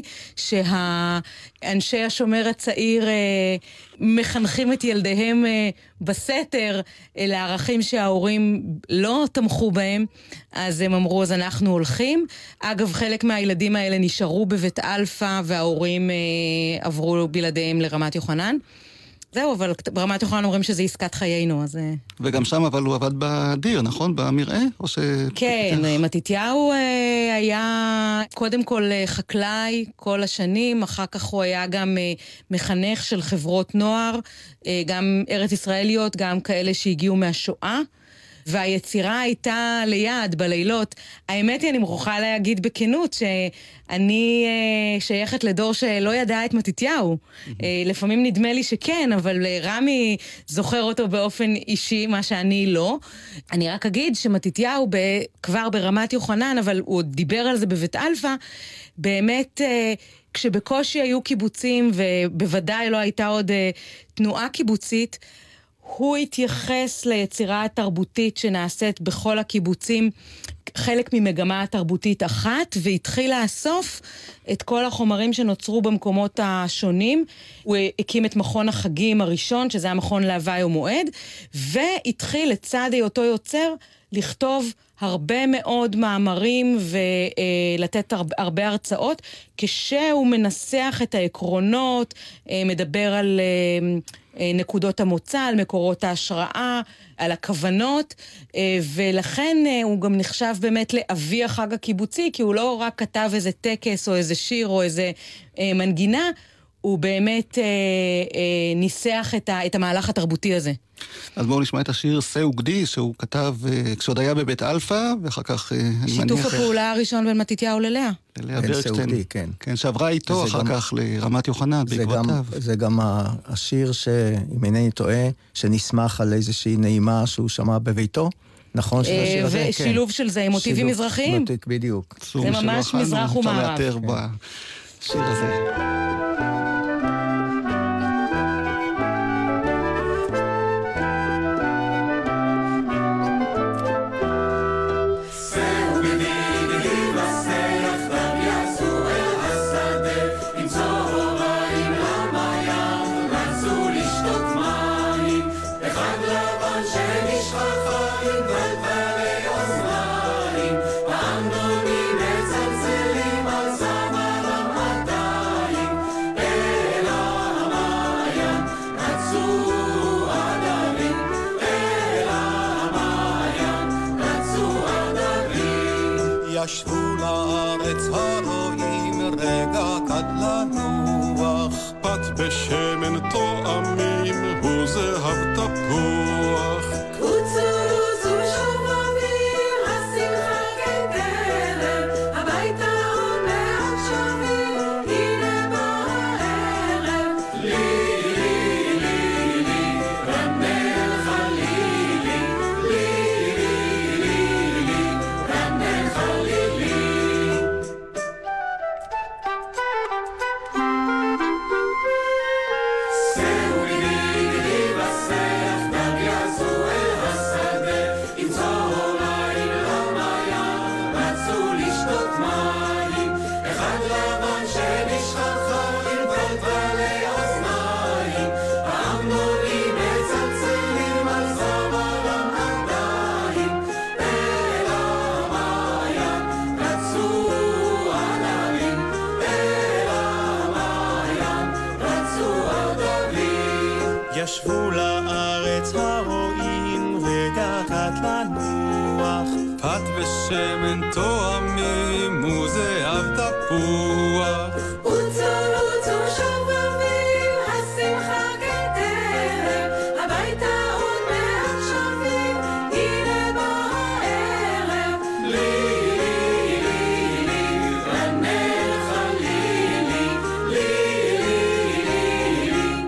שהאנשי השומר הצעיר מחנכים את ילדיהם בסתר לערכים שההורים לא תמכו בהם, אז הם אמרו, אז אנחנו הולכים. אגב, חלק מהילדים האלה נשארו בבית אלפא, וההורים עברו בלעדיהם לרמת יוחנן. זהו, אבל ברמת יוחנן אומרים שזה עסקת חיינו, אז... וגם שם, אבל הוא עבד בדיר, נכון? במראה? או ש... כן, מתתיהו היה קודם כל חקלאי כל השנים, אחר כך הוא היה גם מחנך של חברות נוער, גם ארץ ישראליות, גם כאלה שהגיעו מהשואה, והיצירה הייתה ליד, בלילות. האמת היא, אני מוכרחה להגיד בכנות, שאני אה, שייכת לדור שלא ידע את מתתיהו. אה, לפעמים נדמה לי שכן, אבל רמי זוכר אותו באופן אישי, מה שאני לא. אני רק אגיד שמתתיהו ב, כבר ברמת יוחנן, אבל הוא דיבר על זה בבית אלפא, באמת אה, כשבקושי היו קיבוצים, ובוודאי לא הייתה עוד אה, תנועה קיבוצית, הוא התייחס ליצירה התרבותית שנעשית בכל הקיבוצים, חלק ממגמה התרבותית אחת, והתחיל לאסוף את כל החומרים שנוצרו במקומות השונים. הוא הקים את מכון החגים הראשון, שזה המכון להווי ומועד, והתחיל לצד היותו יוצר לכתוב הרבה מאוד מאמרים ולתת הרבה הרצאות, כשהוא מנסח את העקרונות, מדבר על נקודות המוצא, על מקורות ההשראה, על הכוונות, ולכן הוא גם נחשב באמת לאבי החג הקיבוצי, כי הוא לא רק כתב איזה טקס או איזה שיר או איזה מנגינה, הוא באמת אה, אה, ניסח את, ה, את המהלך התרבותי הזה. אז בואו נשמע את השיר סה וגדי, שהוא כתב אה, כשעוד היה בבית אלפא, ואחר כך אה, אני מניח... שיתוף הפעולה הראשון בין מתתיהו ללאה. ללאה ברקשטיין, כן. כן, שעברה איתו אחר גם, כך לרמת יוחנן, בעקבותיו. זה גם השיר, אם אינני טועה, שנסמך על איזושהי נעימה שהוא שמע בביתו. נכון של השיר הזה? ושילוב של זה עם מוטיבים מזרחיים. בדיוק. זה ממש מזרח ומערב. אפשר לאתר בשיר הזה. ישבו לארץ הרועים רגע קד לנוח, פת בשמן תואמים הוא זהב תפוח. קוצו רוצו שובבים, השמחה כתרם, הביתה עוד מעט שבים, הנה בא הערב. לי לי לי לי רמנך לי לי לי לי לי לי רמנך לי לי. ישבו לארץ הרועים רגע קט לנוח, פת ושמן תואמים וזהב תפוח. רוצו רוצו שובבים, השמחה כתרם, הביתה עוד מעט שבים, הנה בא הערב. לי לי לי לי רמנך לי לי לי לי לי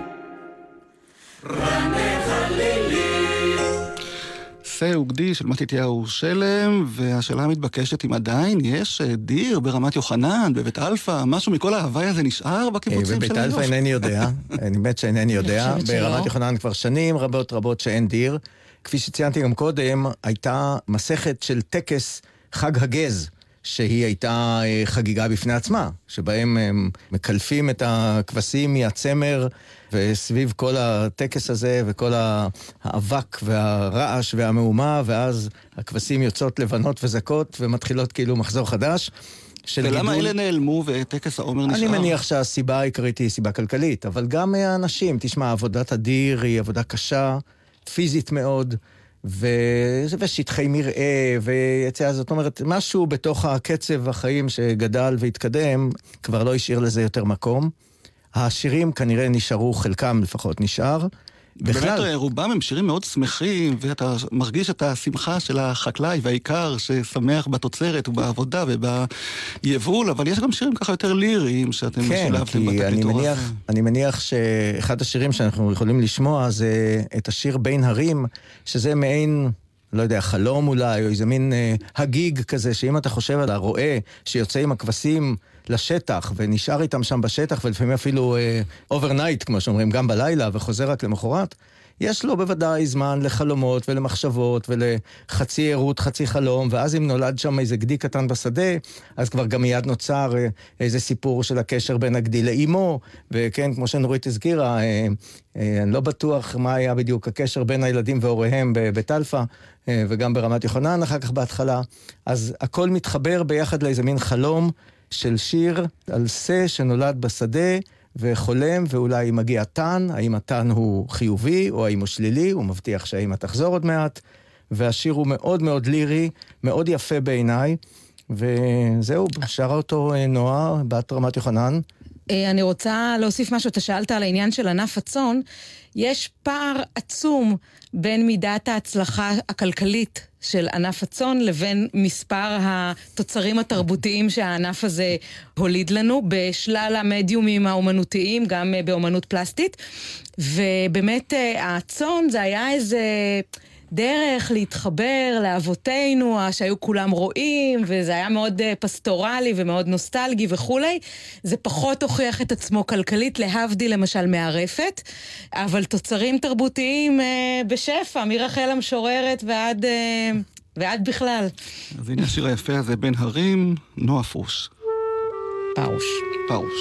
רמנך לי לי. סה וגדי של מתתיהו שלם, והשאלה המתבקשת אם עדיין יש דיר ברמת יוחנן, בבית אלפא, משהו מכל ההווי הזה נשאר בקיבוצים של בבית אלפא אינני יודע, אני באמת שאינני יודע, ברמת יוחנן כבר שנים רבות רבות שאין דיר. כפי שציינתי גם קודם, הייתה מסכת של טקס חג הגז, שהיא הייתה חגיגה בפני עצמה, שבהם הם מקלפים את הכבשים מהצמר, וסביב כל הטקס הזה וכל האבק והרעש והמהומה, ואז הכבשים יוצאות לבנות וזקות ומתחילות כאילו מחזור חדש. ולמה אלה נעלמו וטקס העומר נשאר? אני מניח שהסיבה העיקרית היא סיבה כלכלית, אבל גם האנשים, תשמע, עבודת הדיר היא עבודה קשה, פיזית מאוד, ושטחי מראה, ויציאה, זאת אומרת, משהו בתוך הקצב החיים שגדל והתקדם, כבר לא השאיר לזה יותר מקום. השירים כנראה נשארו, חלקם לפחות נשאר, בכלל. באמת רובם הם שירים מאוד שמחים, ואתה מרגיש את השמחה של החקלאי והעיקר ששמח בתוצרת ובעבודה וביבול, אבל יש גם שירים ככה יותר ליריים שאתם כן, משלבתם כי אני בתקליטור מניח, הזה. אני מניח שאחד השירים שאנחנו יכולים לשמוע זה את השיר בין הרים, שזה מעין, לא יודע, חלום אולי, או איזה מין אה, הגיג כזה, שאם אתה חושב על הרועה שיוצא עם הכבשים לשטח, ונשאר איתם שם בשטח, ולפעמים אפילו אוברנייט, uh, כמו שאומרים, גם בלילה, וחוזר רק למחרת, יש לו בוודאי זמן לחלומות ולמחשבות, ולחצי עירות, חצי חלום, ואז אם נולד שם איזה גדי קטן בשדה, אז כבר גם מיד נוצר uh, איזה סיפור של הקשר בין הגדי לאימו, וכן, כמו שנורית הזכירה, uh, uh, אני לא בטוח מה היה בדיוק הקשר בין הילדים והוריהם בטלפה, uh, וגם ברמת יוחנן אחר כך בהתחלה, אז הכל מתחבר ביחד לאיזה מין חלום, של שיר על שא שנולד בשדה וחולם, ואולי מגיע תן, האם התן הוא חיובי או האם הוא שלילי, הוא מבטיח שהאמא תחזור עוד מעט, והשיר הוא מאוד מאוד לירי, מאוד יפה בעיניי, וזהו, שרה אותו נועה, בת רמת יוחנן. אני רוצה להוסיף משהו, אתה שאלת על העניין של ענף הצאן, יש פער עצום בין מידת ההצלחה הכלכלית של ענף הצאן לבין מספר התוצרים התרבותיים שהענף הזה הוליד לנו בשלל המדיומים האומנותיים, גם באומנות פלסטית. ובאמת הצאן זה היה איזה דרך להתחבר לאבותינו שהיו כולם רואים, וזה היה מאוד פסטורלי ומאוד נוסטלגי וכולי. זה פחות הוכיח את עצמו כלכלית, להבדיל למשל מערפת, אבל תוצרים תרבותיים בשפע, מרחל המשוררת ועד, ועד בכלל. אז הנה השיר היפה הזה, בין הרים, נועה פרוש. פרוש. פרוש.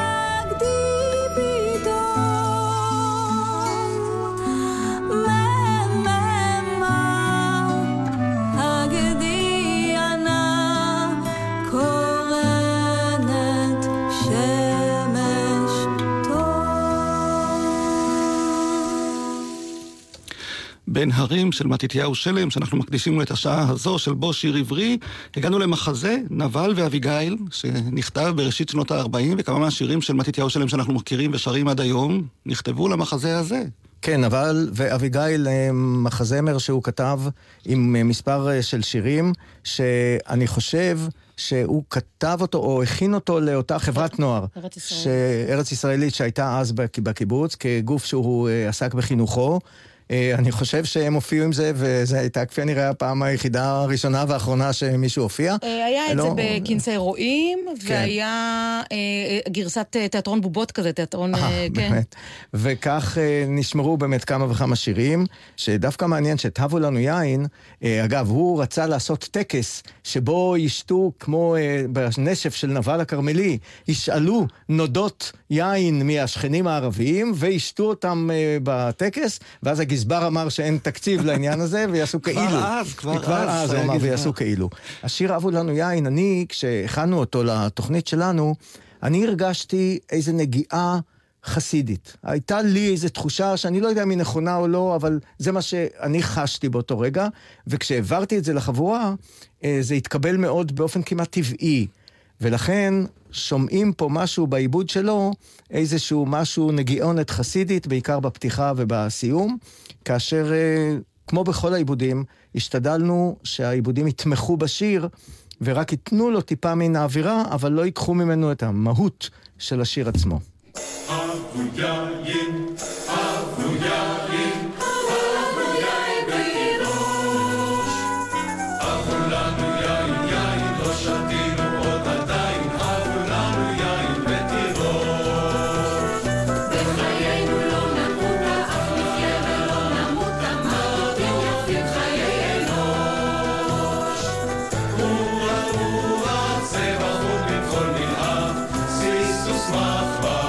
Man בין הרים של מתתיהו שלם, שאנחנו מקדישים לו את השעה הזו של בו שיר עברי. הגענו למחזה נבל ואביגיל, שנכתב בראשית שנות ה-ארבעים, וכמה מהשירים של מתתיהו שלם שאנחנו מכירים ושרים עד היום, נכתבו למחזה הזה. כן, אבל ואביגיל מחזמר שהוא כתב עם מספר של שירים, שאני חושב שהוא כתב אותו או הכין אותו לאותה חברת נוער. ארץ ישראלית. ארץ ישראלית שהייתה אז בקיבוץ, כגוף שהוא עסק בחינוכו. אני חושב שהם הופיעו עם זה, וזו הייתה כפי הנראה הפעם היחידה הראשונה והאחרונה שמישהו הופיע. היה את זה בכנסי רואים, והיה גרסת תיאטרון בובות כזה, תיאטרון, כן. באמת. וכך נשמרו באמת כמה וכמה שירים, שדווקא מעניין שתבו לנו יין, אגב, הוא רצה לעשות טקס, שבו ישתו, כמו בנשף של נבל הכרמלי, ישאלו נודות יין מהשכנים הערביים, וישתו אותם בטקס, ואז הגזבר אמר שאין תקציב לעניין הזה, ויעשו כאילו. כבר אז, כבר, כבר אז, הוא אמר, ויעשו כאילו. השיר אהבו לנו יין, אני, כשהכנו אותו לתוכנית שלנו, אני הרגשתי איזו נגיעה חסידית. הייתה לי איזו תחושה שאני לא יודע אם היא נכונה או לא, אבל זה מה שאני חשתי באותו רגע, וכשהעברתי את זה לחבורה, זה התקבל מאוד באופן כמעט טבעי. ולכן שומעים פה משהו בעיבוד שלו, איזשהו משהו נגיעונת חסידית, בעיקר בפתיחה ובסיום, כאשר, כמו בכל העיבודים, השתדלנו שהעיבודים יתמכו בשיר, ורק ייתנו לו טיפה מן האווירה, אבל לא ייקחו ממנו את המהות של השיר עצמו. אבו יין, אבו יין, אבו יין בתירוש, אבו לנו יין, יין לא שתינו עוד עדיין, אבו לנו יין בתירוש. בחיינו לא נמות, אף נחיה ולא נמות, אמרתי יפים חיי אנוש. אורה אורה צבע חוט בכל מלאב, סיסוס מחבח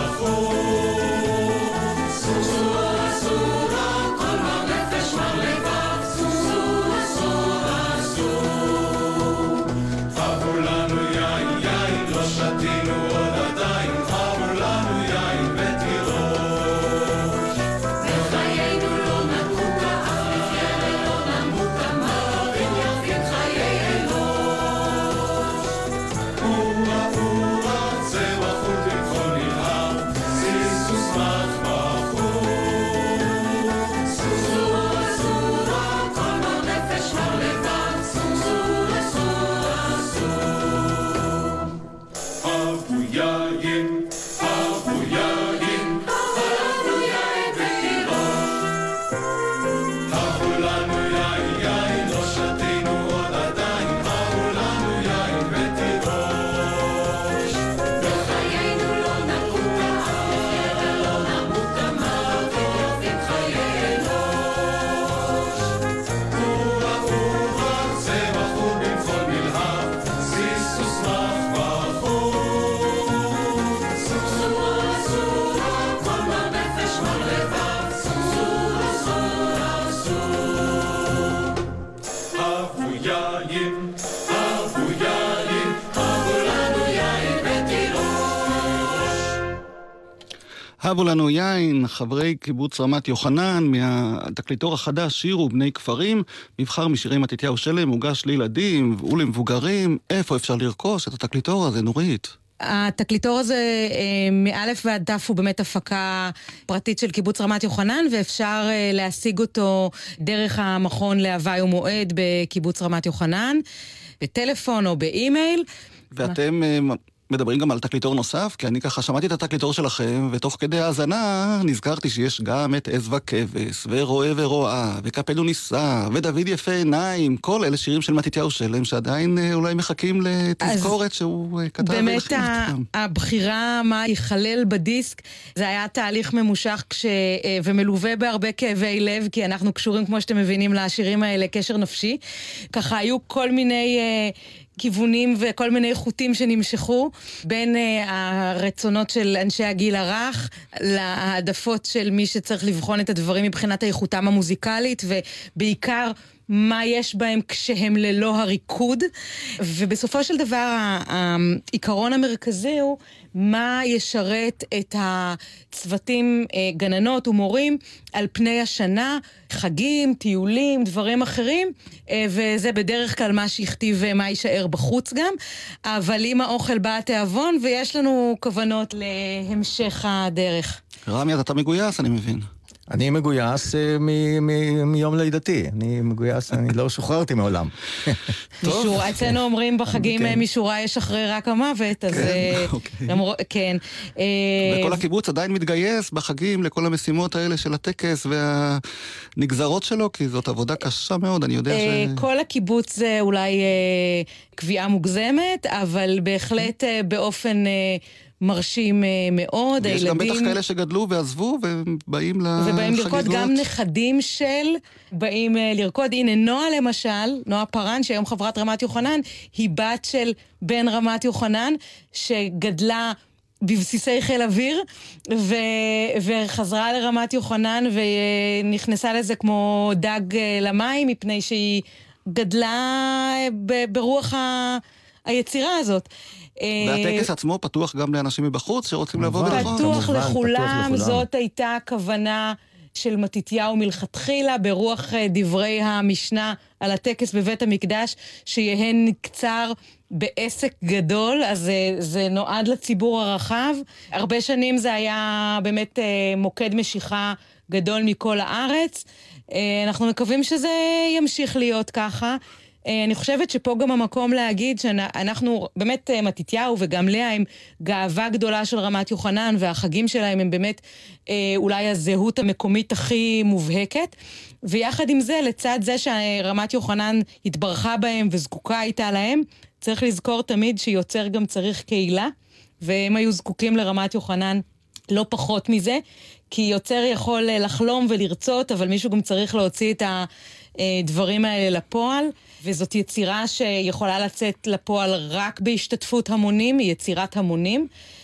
אהבו לנו יין, חברי קיבוץ רמת יוחנן, מהתקליטור החדש שיר ובני כפרים, מבחר משירי מתתיהו שלם, מוגש לילדים ולמבוגרים. איפה אפשר לרכוש את התקליטור הזה, נורית? התקליטור הזה מאלף ועד תף הוא באמת הפקה פרטית של קיבוץ רמת יוחנן, ואפשר להשיג אותו דרך המכון להווי ומועד בקיבוץ רמת יוחנן, בטלפון או באימייל. ואתם מדברים גם על תקליטור נוסף? כי אני ככה שמעתי את התקליטור שלכם, ותוך כדי האזנה נזכרתי שיש גם את עזבא כבש, ורואה ורואה, וקפל וניסה, ודוד יפה עיניים, כל אלה שירים של מתתיהו שלם, שעדיין אולי מחכים לתזכורת שהוא כתב. באמת הבחירה מה ייכלל בדיסק, זה היה תהליך ממושך כש... ומלווה בהרבה כאבי לב, כי אנחנו קשורים, כמו שאתם מבינים, לשירים האלה, קשר נפשי. ככה היו כל מיני... כיוונים וכל מיני חוטים שנמשכו בין uh, הרצונות של אנשי הגיל הרך להעדפות של מי שצריך לבחון את הדברים מבחינת איכותם המוזיקלית, ובעיקר מה יש בהם כשהם ללא הריקוד, ובסופו של דבר העיקרון המרכזי הוא מה ישרת את הצוותים, גננות ומורים על פני השנה, חגים, טיולים, דברים אחרים, וזה בדרך כלל מה שיכתיב מה יישאר בחוץ גם, אבל עם האוכל בא התיאבון, ויש לנו כוונות להמשך הדרך. רמי, אתה מגויס, אני מבין. אני מגויס uh, מ- מ- מיום לידתי. אני מגויס, אני לא שוחררתי מעולם. משור, אצלנו אומרים בחגים משורה יש אחרי רק המוות, אז כן. וכל הקיבוץ עדיין מתגייס בחגים לכל המשימות האלה של הטקס והנגזרות שלו, כי זאת עבודה קשה מאוד, אני יודע ש... כל הקיבוץ זה אולי קביעה מוגזמת, אבל בהחלט באופן... מרשים מאוד, יש הילדים... גם בטח כאלה שגדלו ועזבו ובאים לחגיגות. ובאים לרקוד, גם נכדים של באים לרקוד. הנה נועה למשל, נועה פרן, שהיום חברת רמת יוחנן, היא בת של בן רמת יוחנן, שגדלה בבסיסי חיל אוויר, ו... וחזרה לרמת יוחנן, ונכנסה לזה כמו דג למים, מפני שהיא גדלה ב... ברוח ה... היצירה הזאת. והטקס עצמו פתוח גם לאנשים מבחוץ שרוצים לבוא ולראות. פתוח לכולם, זאת הייתה הכוונה של מתתיהו מלכתחילה, ברוח דברי המשנה על הטקס בבית המקדש, שיהן נקצר בעסק גדול, אז זה, זה נועד לציבור הרחב. הרבה שנים זה היה באמת מוקד משיכה גדול מכל הארץ. אנחנו מקווים שזה ימשיך להיות ככה. אני חושבת שפה גם המקום להגיד שאנחנו, באמת מתתיהו וגם לאה הם גאווה גדולה של רמת יוחנן, והחגים שלהם הם באמת אולי הזהות המקומית הכי מובהקת, ויחד עם זה, לצד זה שרמת יוחנן התברכה בהם וזקוקה איתה להם, צריך לזכור תמיד שיוצר גם צריך קהילה, והם היו זקוקים לרמת יוחנן לא פחות מזה, כי יוצר יכול לחלום ולרצות, אבל מישהו גם צריך להוציא את הדברים האלה לפועל, וזאת יצירה שיכולה לצאת לפועל רק בהשתתפות המונים, היא יצירת המונים,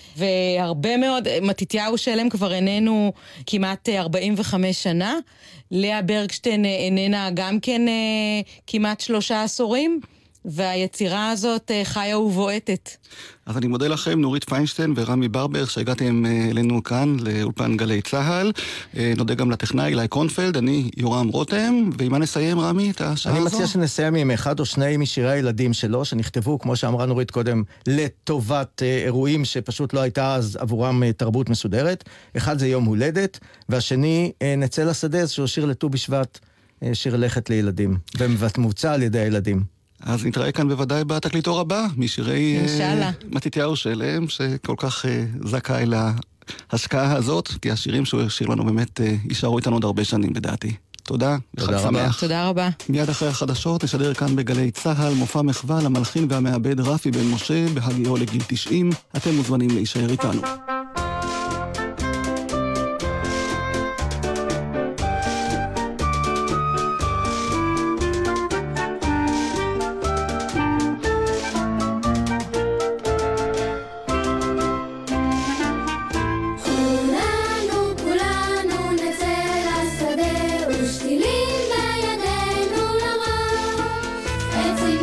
והרבה מאוד, מתתיהו שלם כבר איננו כמעט ארבעים וחמש שנה, לאה ברגשטיין איננה גם כן כמעט שלושה עשורים, והיצירה הזאת חיה ובועטת. אז אני מודה לכם, נורית פיינשטיין ורמי ברבר, שהגעתם אלינו כאן לאולפן גלי צהל. נודה גם לטכנאי אילי קונפלד, אני יורם רותם, ועם נסיים, רמי, את השעה אני הזו? מציע שנסיים עם אחד או שני משירי הילדים שלו, שנכתבו, כמו שאמרה נורית קודם, לטובת אירועים שפשוט לא הייתה אז עבורם תרבות מסודרת. אחד זה יום הולדת, והשני נצא לשדה, שהוא שיר לט"ו בשבט, שיר לכת לילדים, ומבוצע על ידי הילדים. אז נתראה כאן בוודאי בתקליטור הבא, משירי uh, מתתיהו שלם, שכל כך uh, זכאי להשקעה הזאת, כי השירים שהוא השאיר לנו באמת uh, יישארו איתנו עוד הרבה שנים בדעתי. תודה, תודה רבה. שמח. תודה רבה. מיד אחרי החדשות נשדר כאן בגלי צהל, מופע מחווה למלחין והמעבד רפי בן משה, בהגיעו לגיל תשעים. אתם מוזמנים להישאר איתנו.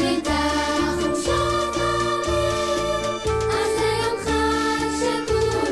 אז זה יום חג שכולם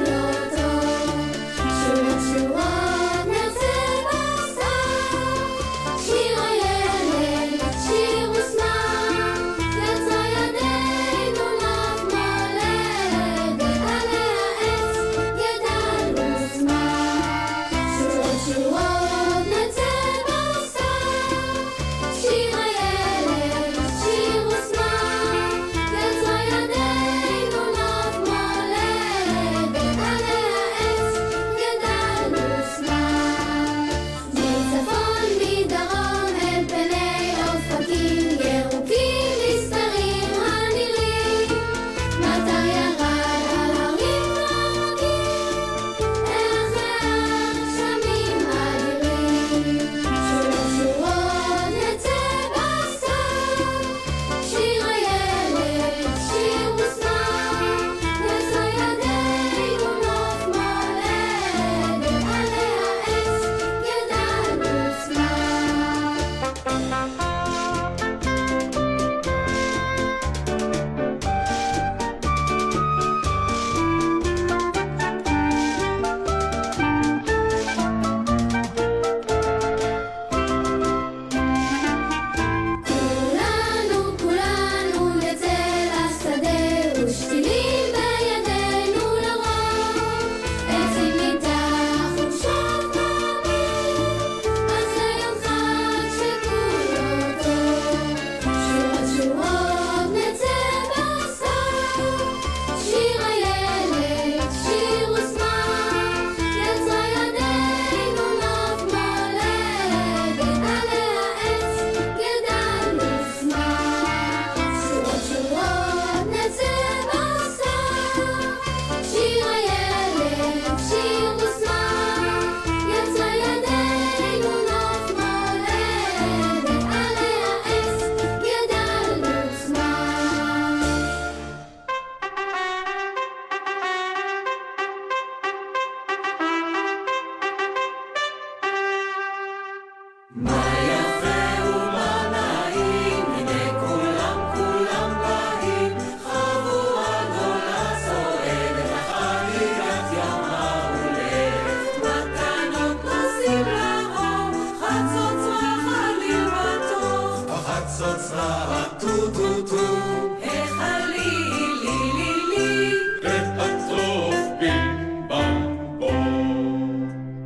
מה יפה ומה נעים, הנה כולם כולם באים, חבורה גדולה צועדת לחגיגת יום ההולדת. מתנות נושאים לרוב, חצוצרה חליל בטוב, החצוצרה טו טו טו, החליל לי לי לי, והטוב בים במבום.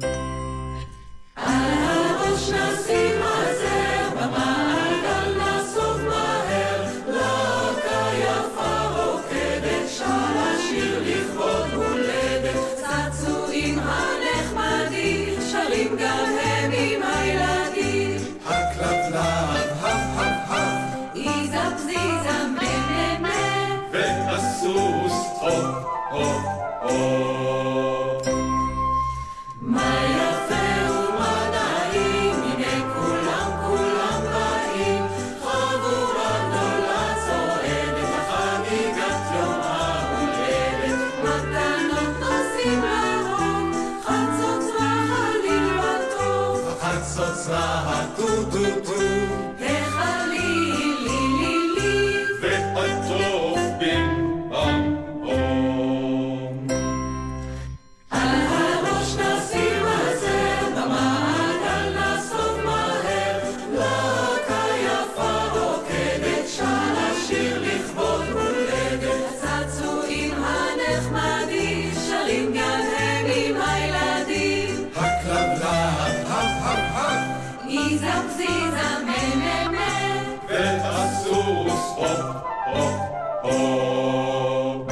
על הראש נשים הזר, במעגל נסוף מהר, להקה יפה רוקדת, שרה שיר לכבוד הולדת. צעצועים הנחמדים, שרים גם הם עם הילדים, הכלבלב הב הב הב, איזה פזיזה מממה, והסוס הופ הופ הופ. מה יפה ומה נעים, הנה כולם כולם באים, חבורה גדולה צועדת לחגיגת יום ההולדת. מתנות נושאים לרוב, חצוצרה חליל בטוב, החצוצרה טו טו טו, החליל לי לי לי, והטוב בים במבום. על הראש נשים הזר, במעגל נסוף מהר, להקה יפה רוקדת, שרה שיר לכבוד הולדת. הצעצועים הנחמדים, שרים גם הם עם הילדים, הכלבלב הב הב הב, איזה פזיזה מממה, והסוס הופ הופ הופ.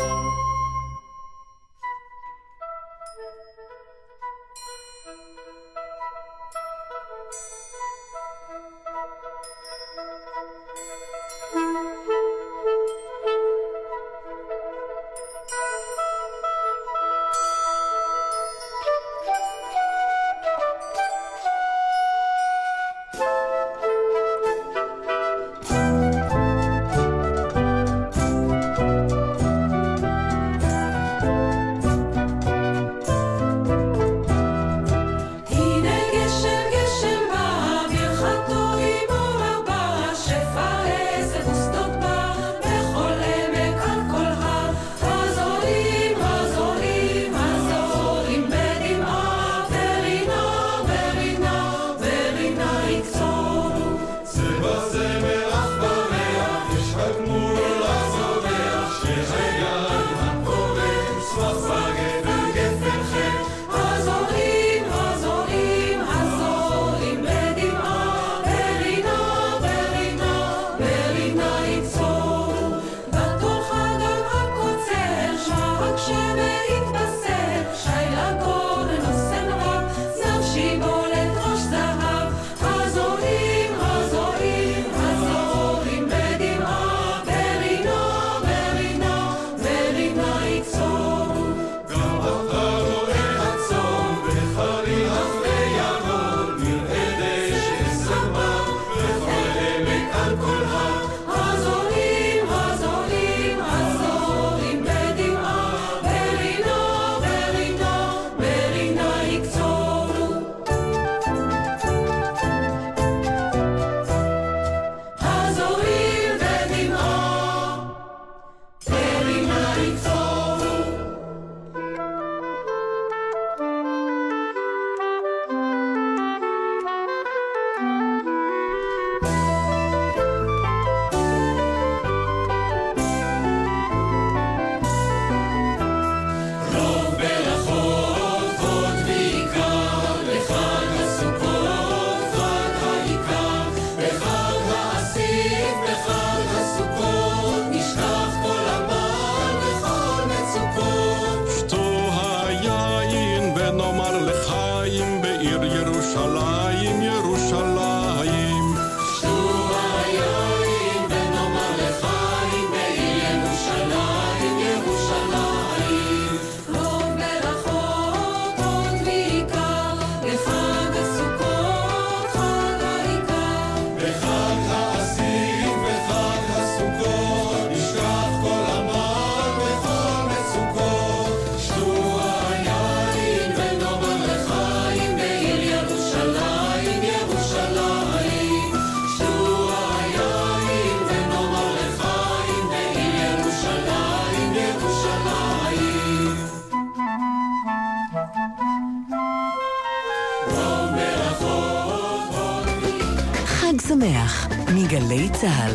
חג שמח מגלי צהל.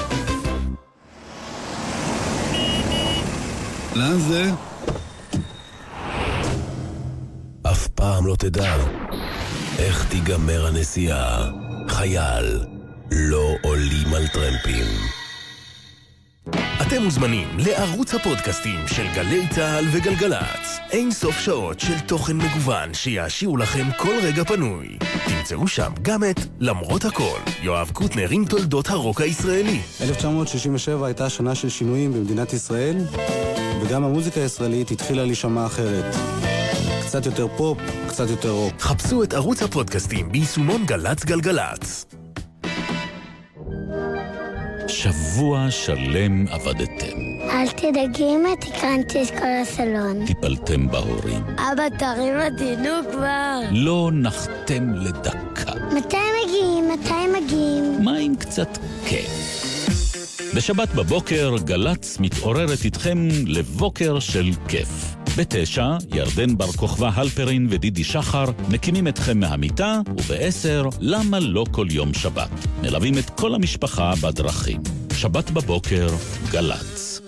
לאן זה? אף פעם לא תדע איך תיגמר הנסיעה. חייל, לא עולים על טרמפים. אתם מוזמנים לערוץ הפודקאסטים של גלי צהל וגלגלץ. אין סוף שעות של תוכן מגוון שיעשירו לכם כל רגע פנוי. תמצאו שם גם את למרות הכל, יואב קוטנר עם תולדות הרוק הישראלי. אלף תשע מאות שישים ושבע הייתה שנה של שינויים במדינת ישראל, וגם המוזיקה הישראלית התחילה להישמע אחרת. קצת יותר פופ, קצת יותר רוק. חפשו את ערוץ הפודקאסטים ביישומון גלץ גלגלץ. שבוע שלם עבדתם. אל תדאגי אמא, תקרנתי את כל הסלון. טיפלתם בהורים. אבא, תרים אותנו כבר. לא נחתם לדקה. מתי מגיעים? מתי מגיעים? מה עם קצת כיף? בשבת בבוקר גלץ מתעוררת איתכם לבוקר של כיף. בתשע, ירדן בר כוכבא הלפרין ודידי שחר מקימים אתכם מהמיטה, ובעשר, למה לא כל יום שבת? מלווים את כל המשפחה בדרכים. שבת בבוקר, גלץ.